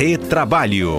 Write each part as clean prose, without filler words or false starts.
Retrabalho.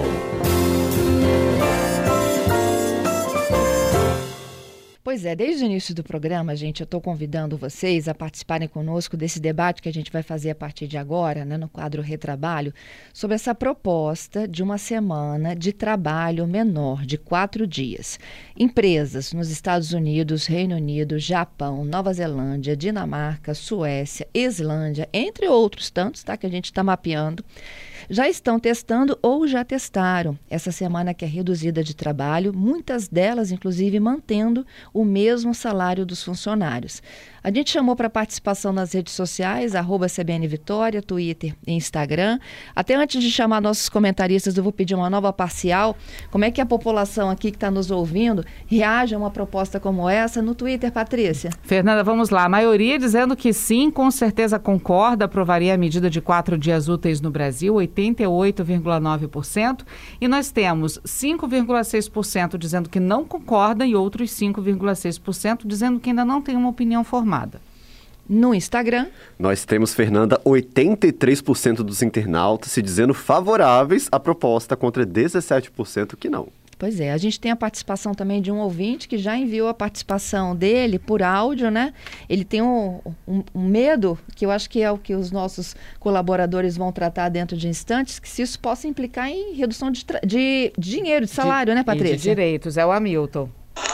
Pois é, desde o início do programa, gente, eu estou convidando vocês a participarem conosco desse debate que a gente vai fazer a partir de agora, né, no quadro Retrabalho, sobre essa proposta de uma semana de trabalho menor, de 4 dias. Empresas nos Estados Unidos, Reino Unido, Japão, Nova Zelândia, Dinamarca, Suécia, Islândia, entre outros tantos, tá, que a gente está mapeando, já estão testando ou já testaram essa semana que é reduzida de trabalho, muitas delas, inclusive, mantendo o mesmo salário dos funcionários. A gente chamou para participação nas redes sociais, @CBN Vitória, Twitter e Instagram. Até antes de chamar nossos comentaristas, eu vou pedir uma nova parcial. Como é que a população aqui que está nos ouvindo reage a uma proposta como essa no Twitter, Patrícia? Fernanda, vamos lá. A maioria dizendo que sim, com certeza concorda, aprovaria a medida de 4 dias úteis no Brasil, 88,9%. E nós temos 5,6% dizendo que não concorda e outros 5,6% dizendo que ainda não tem uma opinião formada. No Instagram, nós temos, Fernanda, 83% dos internautas se dizendo favoráveis à proposta contra 17% que não. Pois é, a gente tem a participação também de um ouvinte que já enviou a participação dele por áudio, né? Ele tem um medo, que eu acho que é o que os nossos colaboradores vão tratar dentro de instantes, que se isso possa implicar em redução de dinheiro, de salário, né, Patrícia? E de direitos, é o Hamilton.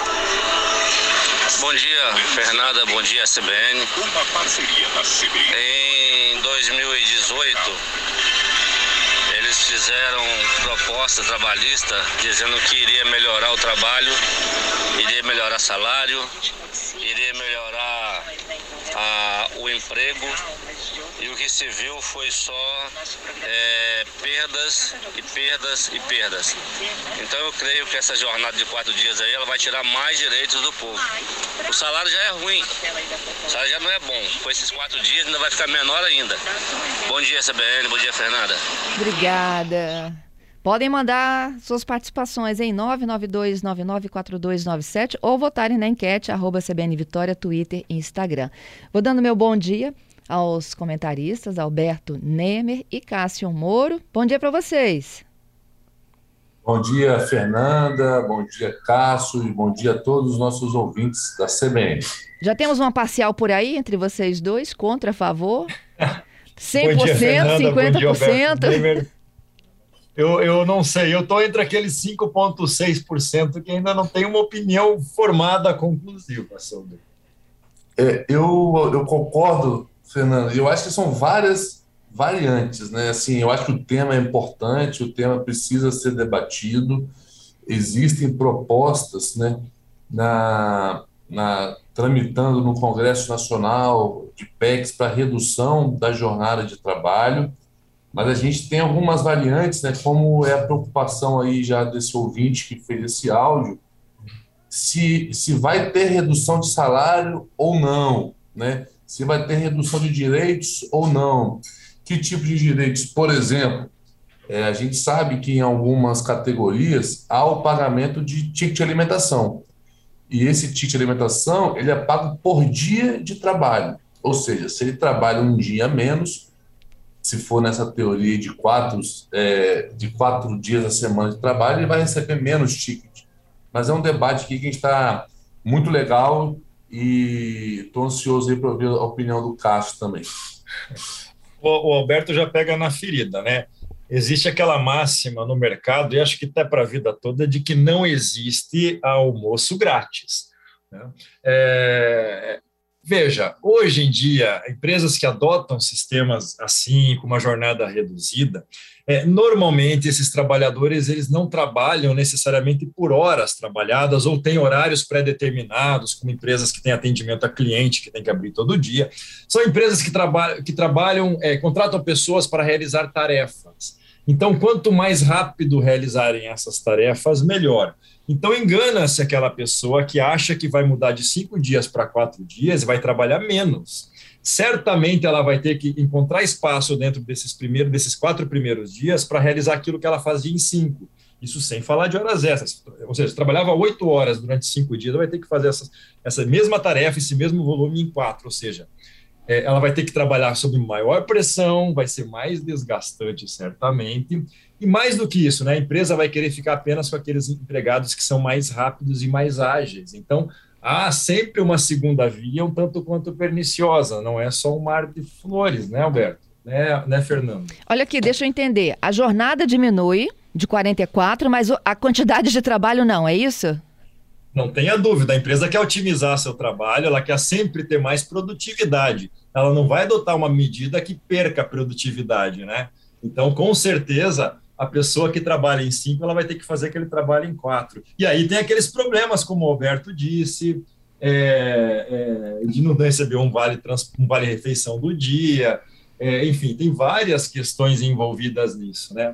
Bom dia, Fernanda. Bom dia, CBN. Uma parceria da CBN. Em 2018, eles fizeram proposta trabalhista dizendo que iria melhorar o trabalho, iria melhorar salário, iria melhorar o emprego. E o que se viu foi só perdas e perdas e perdas. Então eu creio que essa jornada de 4 dias aí, ela vai tirar mais direitos do povo. O salário já é ruim, o salário já não é bom. Com esses 4 dias ainda vai ficar menor ainda. Bom dia, CBN, bom dia, Fernanda. Obrigada. Podem mandar suas participações em 992994297 ou votarem na enquete @CBN Vitória, Twitter e Instagram. Vou dando meu bom dia aos comentaristas, Alberto Nemer e Cássio Moro. Bom dia para vocês. Bom dia, Fernanda, bom dia, Cássio, e bom dia a todos os nossos ouvintes da CBN. Já temos uma parcial por aí entre vocês dois, contra, a favor? 100%, bom dia, Fernanda, 50%? Bom dia, eu não sei, eu estou entre aqueles 5,6% que ainda não tem uma opinião formada conclusiva sobre. Eu concordo, Fernando, eu acho que são várias variantes, né? Assim, eu acho que o tema é importante, o tema precisa ser debatido, existem propostas, né, tramitando no Congresso Nacional de PECs para redução da jornada de trabalho, mas a gente tem algumas variantes, né, como é a preocupação aí já desse ouvinte que fez esse áudio, se vai ter redução de salário ou não, né? Se vai ter redução de direitos ou não. Que tipo de direitos? Por exemplo, a gente sabe que em algumas categorias há o pagamento de ticket de alimentação. E esse ticket de alimentação ele é pago por dia de trabalho. Ou seja, se ele trabalha um dia a menos, se for nessa teoria de 4 dias a semana de trabalho, ele vai receber menos ticket. Mas é um debate aqui que está muito legal e estou ansioso para ouvir a opinião do Cássio também. O Alberto já pega na ferida, né? Existe aquela máxima no mercado, e acho que até para a vida toda, de que não existe almoço grátis, né? Veja, hoje em dia, empresas que adotam sistemas assim, com uma jornada reduzida, normalmente esses trabalhadores eles não trabalham necessariamente por horas trabalhadas ou têm horários pré-determinados, como empresas que têm atendimento a cliente, que tem que abrir todo dia. São empresas que trabalham, contratam pessoas para realizar tarefas. Então, quanto mais rápido realizarem essas tarefas, melhor. Então, engana-se aquela pessoa que acha que vai mudar de 5 dias para 4 dias e vai trabalhar menos. Certamente ela vai ter que encontrar espaço dentro desses 4 primeiros dias para realizar aquilo que ela fazia em 5. Isso sem falar de horas extras. Ou seja, se trabalhava 8 horas durante 5 dias, ela vai ter que fazer essa mesma tarefa, esse mesmo volume em 4. Ou seja, ela vai ter que trabalhar sob maior pressão, vai ser mais desgastante, certamente. E mais do que isso, né, a empresa vai querer ficar apenas com aqueles empregados que são mais rápidos e mais ágeis. Então, há sempre uma segunda via um tanto quanto perniciosa, não é só um mar de flores, né, Alberto? Né, Fernando? Olha aqui, deixa eu entender. A jornada diminui de 44, mas a quantidade de trabalho não, é isso? Não tenha dúvida, a empresa quer otimizar seu trabalho, ela quer sempre ter mais produtividade. Ela não vai adotar uma medida que perca a produtividade, né? Então, com certeza, a pessoa que trabalha em 5, ela vai ter que fazer aquele trabalho em 4. E aí tem aqueles problemas, como o Alberto disse, de não receber um vale-refeição do dia, enfim, tem várias questões envolvidas nisso, né?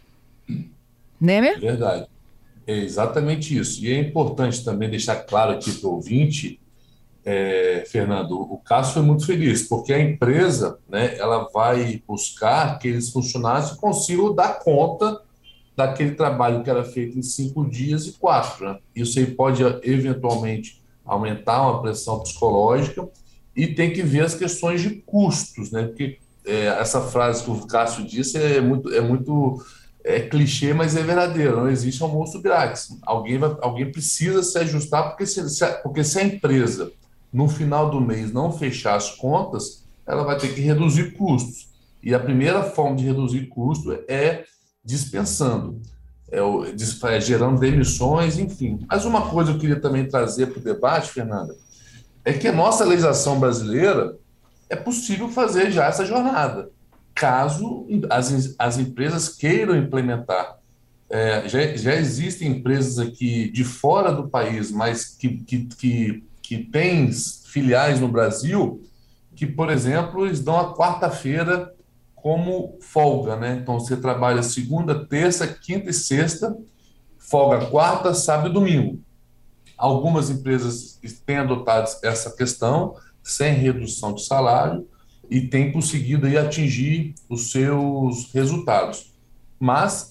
Nemer? Verdade. É exatamente isso. E é importante também deixar claro aqui para o ouvinte, Fernando, o Cássio foi muito feliz, porque a empresa, né, ela vai buscar que aqueles funcionários consigam dar conta daquele trabalho que era feito em 5 dias e 4. Né? Isso aí pode, eventualmente, aumentar uma pressão psicológica e tem que ver as questões de custos, né? Porque essa frase que o Cássio disse é muito clichê, mas é verdadeiro. Não existe almoço grátis. Alguém precisa se ajustar, porque se a empresa, no final do mês, não fechar as contas, ela vai ter que reduzir custos. E a primeira forma de reduzir custo é dispensando, gerando demissões, enfim. Mas uma coisa que eu queria também trazer para o debate, Fernanda, é que a nossa legislação brasileira é possível fazer já essa jornada, caso as empresas queiram implementar. Já existem empresas aqui de fora do país, mas que têm filiais no Brasil, que, por exemplo, eles dão a quarta-feira como folga, né? Então, você trabalha segunda, terça, quinta e sexta, folga quarta, sábado e domingo. Algumas empresas têm adotado essa questão, sem redução de salário, e têm conseguido aí atingir os seus resultados. Mas,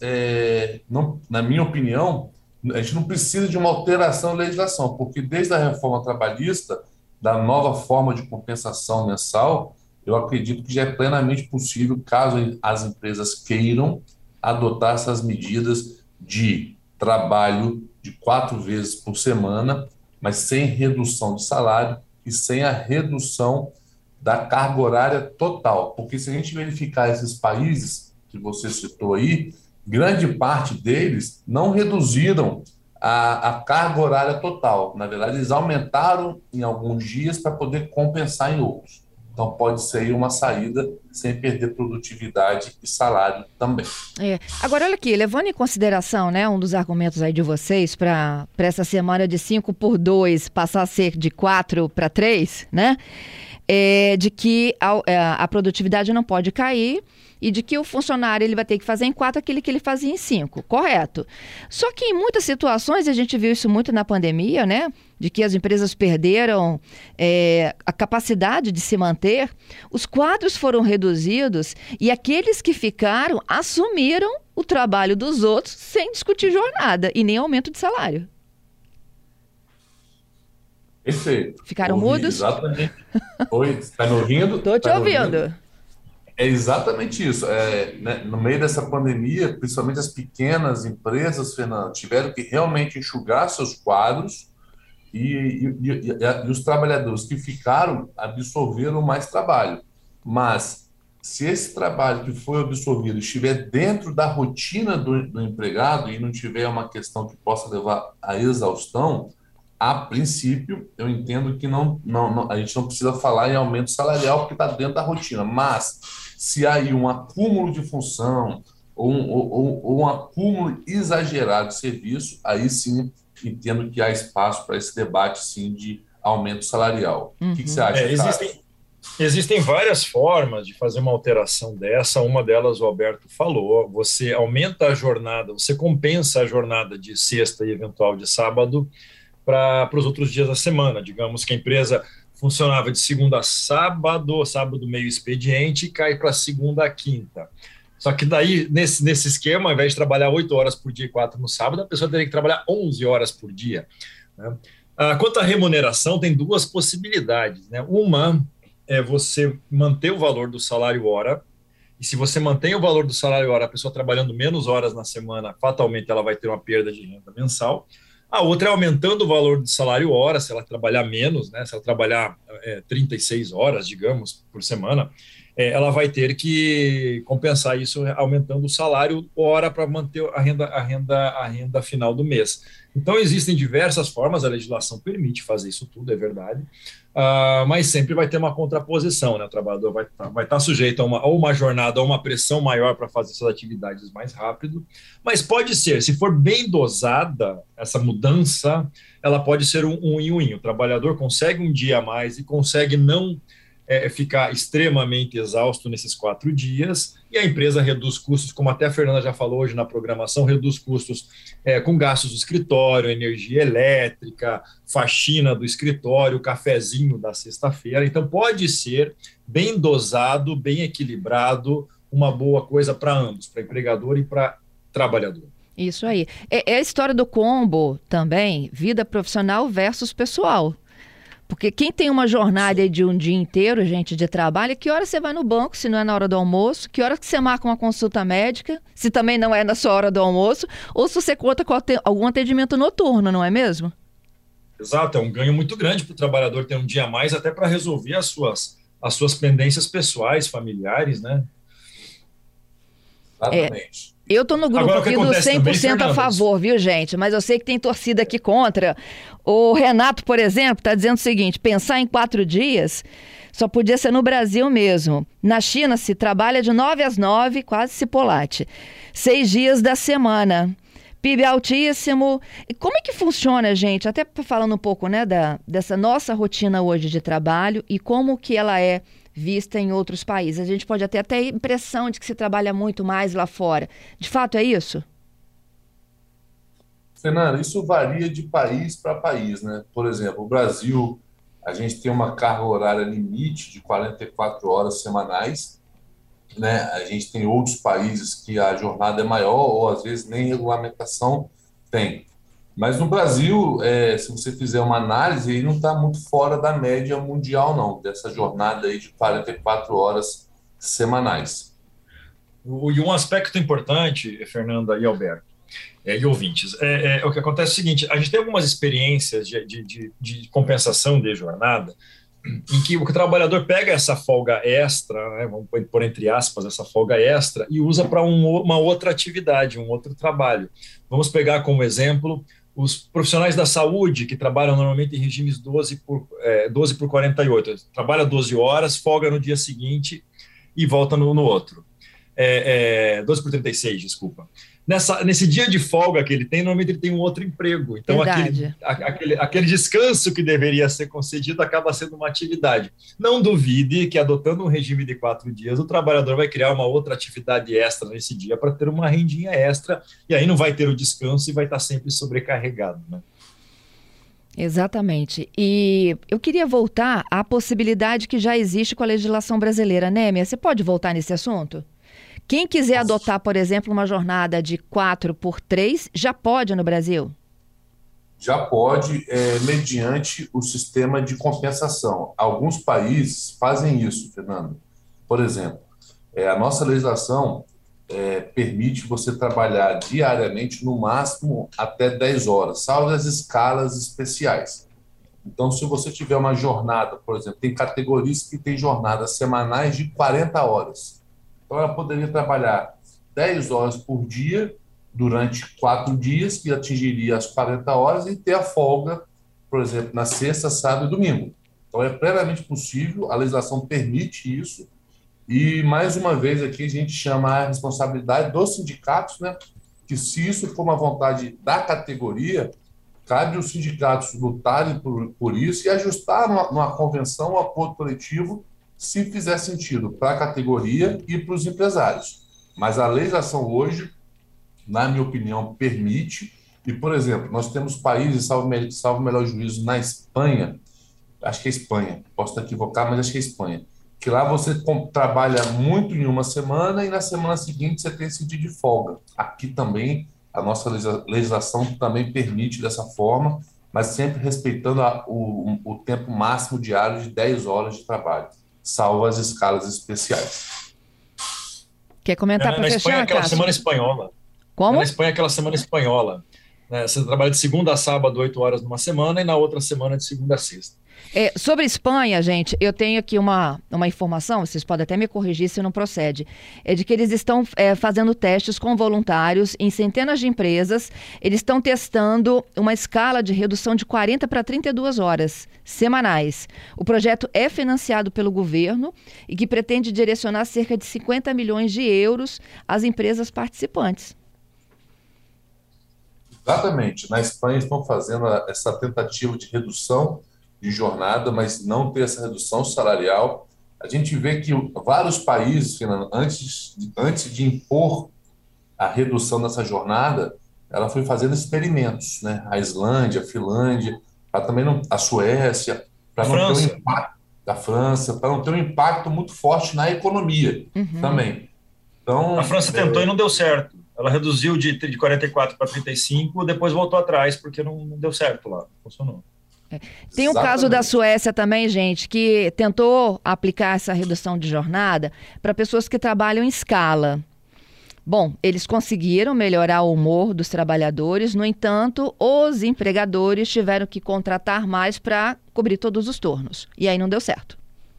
na minha opinião, a gente não precisa de uma alteração da legislação, porque desde a reforma trabalhista, da nova forma de compensação mensal, eu acredito que já é plenamente possível, caso as empresas queiram adotar essas medidas de trabalho de 4 vezes por semana, mas sem redução de salário e sem a redução da carga horária total. Porque se a gente verificar esses países que você citou aí, grande parte deles não reduziram a carga horária total. Na verdade, eles aumentaram em alguns dias para poder compensar em outros. Então, pode ser aí uma saída sem perder produtividade e salário também. Agora, olha aqui, levando em consideração, né, um dos argumentos aí de vocês para essa semana de 5 por 2 passar a ser de 4 para 3, né? De que a produtividade não pode cair e de que o funcionário ele vai ter que fazer em 4 aquilo que ele fazia em 5, correto? Só que em muitas situações, a gente viu isso muito na pandemia, né? De que as empresas perderam a capacidade de se manter, os quadros foram reduzidos e aqueles que ficaram assumiram o trabalho dos outros sem discutir jornada e nem aumento de salário. Perfeito. Ficaram mudos? Exatamente. Oi, está me ouvindo? Estou te ouvindo. É exatamente isso. Né, no meio dessa pandemia, principalmente as pequenas empresas, Fernando, tiveram que realmente enxugar seus quadros e os trabalhadores que ficaram absorveram mais trabalho. Mas se esse trabalho que foi absorvido estiver dentro da rotina do empregado e não tiver uma questão que possa levar à exaustão, a princípio, eu entendo que a gente não precisa falar em aumento salarial porque está dentro da rotina, mas se há aí um acúmulo de função ou um acúmulo exagerado de serviço, aí sim entendo que há espaço para esse debate sim de aumento salarial. O que você acha, Existem várias formas de fazer uma alteração dessa, uma delas o Alberto falou, você aumenta a jornada, você compensa a jornada de sexta e eventual de sábado para os outros dias da semana. Digamos que a empresa funcionava de segunda a sábado, sábado meio expediente, e cai para segunda a quinta. Só que daí, nesse esquema, ao invés de trabalhar 8 horas por dia e 4 no sábado, a pessoa teria que trabalhar 11 horas por dia. Né? Quanto à remuneração, tem 2 possibilidades. Né? Uma é você manter o valor do salário hora. E se você mantém o valor do salário hora, a pessoa trabalhando menos horas na semana, fatalmente ela vai ter uma perda de renda mensal. A outra é aumentando o valor do salário hora, se ela trabalhar menos, né? Se ela trabalhar 36 horas, digamos, por semana, ela vai ter que compensar isso aumentando o salário hora para manter a renda final do mês. Então, existem diversas formas, a legislação permite fazer isso tudo, é verdade, mas sempre vai ter uma contraposição, né? O trabalhador vai estar sujeito a uma jornada, a uma pressão maior para fazer essas atividades mais rápido, mas pode ser, se for bem dosada, essa mudança, ela pode ser um win-win. O trabalhador consegue um dia a mais e consegue não ficar extremamente exausto nesses 4 dias, e a empresa reduz custos, como até a Fernanda já falou hoje na programação, reduz custos com gastos do escritório, energia elétrica, faxina do escritório, cafezinho da sexta-feira. Então pode ser bem dosado, bem equilibrado, uma boa coisa para ambos, para empregador e para trabalhador. Isso aí. É a história do combo também, vida profissional versus pessoal. Porque quem tem uma jornada de um dia inteiro, gente, de trabalho, que hora você vai no banco, se não é na hora do almoço? Que hora que você marca uma consulta médica, se também não é na sua hora do almoço? Ou se você conta com algum atendimento noturno, não é mesmo? Exato, é um ganho muito grande para o trabalhador ter um dia a mais, até para resolver as suas pendências pessoais, familiares, né? Exatamente. Eu estou no grupo Agora, aqui do 100% a favor, viu, gente? Mas eu sei que tem torcida aqui contra. O Renato, por exemplo, está dizendo o seguinte: pensar em 4 dias só podia ser no Brasil mesmo. Na China se trabalha de 9 às 9, quase cipolate. 6 dias da semana. PIB altíssimo. E como é que funciona, gente? Até falando um pouco, né, dessa nossa rotina hoje de trabalho e como que ela é vista em outros países. A gente pode até ter a impressão de que se trabalha muito mais lá fora. De fato é isso? Fernanda, isso varia de país para país, né? Por exemplo, o Brasil, a gente tem uma carga horária limite de 44 horas semanais, né? A gente tem outros países que a jornada é maior ou às vezes nem regulamentação tem. Mas no Brasil, se você fizer uma análise, ele não está muito fora da média mundial, não, dessa jornada aí de 44 horas semanais. E um aspecto importante, Fernanda e Alberto, e ouvintes, o que acontece é o seguinte: a gente tem algumas experiências de compensação de jornada, em que o trabalhador pega essa folga extra, né, vamos pôr entre aspas, essa folga extra, e usa para uma outra atividade, um outro trabalho. Vamos pegar como exemplo os profissionais da saúde, que trabalham normalmente em regimes 12 por 48. Trabalha 12 horas, folga no dia seguinte e volta no outro. 12 por 36, desculpa. Nesse dia de folga que ele tem, normalmente ele tem um outro emprego. Então, aquele descanso que deveria ser concedido acaba sendo uma atividade. Não duvide que, adotando um regime de 4 dias, o trabalhador vai criar uma outra atividade extra nesse dia para ter uma rendinha extra, e aí não vai ter o descanso e vai estar sempre sobrecarregado, né? Exatamente. E eu queria voltar à possibilidade que já existe com a legislação brasileira. Némia, você pode voltar nesse assunto? Quem quiser adotar, por exemplo, uma jornada de 4 por 3, já pode no Brasil? Já pode, mediante o sistema de compensação. Alguns países fazem isso, Fernando. Por exemplo, a nossa legislação permite você trabalhar diariamente no máximo até 10 horas, salvo as escalas especiais. Então, se você tiver uma jornada, por exemplo, tem categorias que têm jornadas semanais de 40 horas. Então, ela poderia trabalhar 10 horas por dia durante 4 dias, que atingiria as 40 horas, e ter a folga, por exemplo, na sexta, sábado e domingo. Então, é plenamente possível, a legislação permite isso, e, mais uma vez, aqui a gente chama a responsabilidade dos sindicatos, né? Que se isso for uma vontade da categoria, cabe os sindicatos lutarem por isso e ajustar numa convenção, um acordo coletivo, se fizer sentido para a categoria e para os empresários. Mas a legislação hoje, na minha opinião, permite. E, por exemplo, nós temos países, salvo melhor juízo, na Espanha, acho que é Espanha, posso estar equivocado, mas acho que é Espanha, que lá você trabalha muito em uma semana e na semana seguinte você tem esse dia de folga. Aqui também, a nossa legislação também permite dessa forma, mas sempre respeitando o tempo máximo diário de 10 horas de trabalho. salvo as escalas especiais. Quer comentar para Na Espanha, fechar, aquela Cássio? semana espanhola. Como? Na Espanha, aquela semana espanhola. Né? Você trabalha de segunda a sábado, 8 horas numa semana, e na outra semana de segunda a sexta. Sobre Espanha, gente, eu tenho aqui uma informação, vocês podem até me corrigir se não procede, é de que eles estão fazendo testes com voluntários em centenas de empresas, eles estão testando uma escala de redução de 40 para 32 horas semanais. O projeto é financiado pelo governo e que pretende direcionar cerca de 50 milhões de euros às empresas participantes. Exatamente. Na Espanha estão fazendo essa tentativa de redução de jornada, mas não ter essa redução salarial. A gente vê que vários países, Fernando, antes de impor a redução dessa jornada, ela foi fazendo experimentos, né? A Islândia, a Finlândia, a Suécia, para não ter um impacto da França, para não ter um impacto muito forte na economia também. Então, a França tentou e não deu certo. Ela reduziu de 44 para 35, depois voltou atrás, porque não deu certo lá, não funcionou. Tem o caso da Suécia também, gente, que tentou aplicar essa redução de jornada para pessoas que trabalham em escala. Bom, eles conseguiram melhorar o humor dos trabalhadores, no entanto, os empregadores tiveram que contratar mais para cobrir todos os turnos. E aí não deu certo.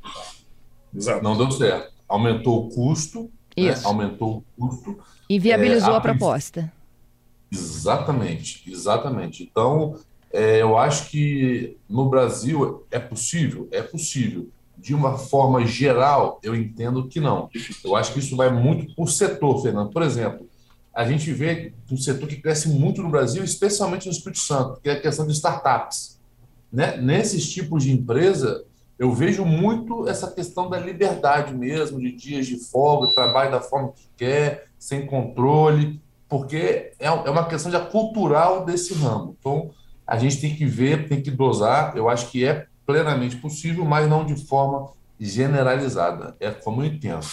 Exato. Não deu certo. Aumentou o custo, né? Aumentou o custo. E viabilizou a proposta. Exatamente. Então, eu acho que no Brasil é possível. De uma forma geral, eu entendo que não. Eu acho que isso vai muito por setor, Fernando. Por exemplo, a gente vê um setor que cresce muito no Brasil, especialmente no Espírito Santo, que é a questão de startups. Né? Nesses tipos de empresa, eu vejo muito essa questão da liberdade mesmo, de dias de folga, trabalho da forma que quer, sem controle, porque é uma questão já cultural desse ramo. Então, a gente tem que ver, tem que dosar. Eu acho que é plenamente possível, mas não de forma generalizada. É como eu entendo.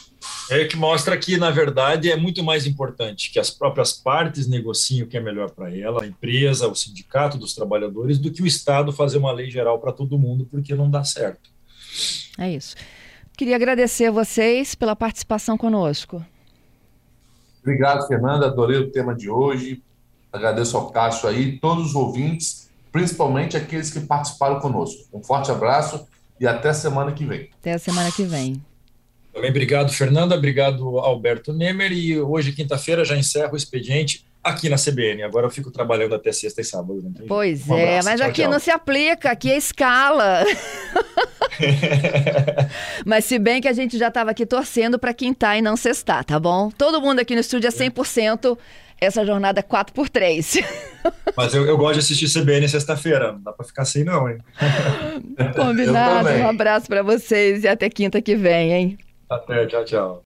É que mostra que, na verdade, é muito mais importante que as próprias partes negociem o que é melhor para ela, a empresa, o sindicato dos trabalhadores, do que o Estado fazer uma lei geral para todo mundo, porque não dá certo. É isso. Queria agradecer a vocês pela participação conosco. Obrigado, Fernanda. Adorei o tema de hoje. Agradeço ao Cássio aí, todos os ouvintes, principalmente aqueles que participaram conosco. Um forte abraço e até semana que vem. Até a semana que vem. Também obrigado, Fernanda. Obrigado, Alberto Nemer. E hoje, quinta-feira, já encerro o expediente aqui na CBN. Agora eu fico trabalhando até sexta e sábado. Pois abraço, mas tchau, aqui tchau. Não se aplica, aqui é escala. Mas se bem que a gente já estava aqui torcendo para quintar e não sextar, tá bom? Todo mundo aqui no estúdio é 100%. Essa jornada 4x3. Mas eu gosto de assistir CBN sexta-feira. Não dá pra ficar assim, não, hein? Combinado. Um abraço pra vocês e até quinta que vem, hein? Até, tchau, tchau.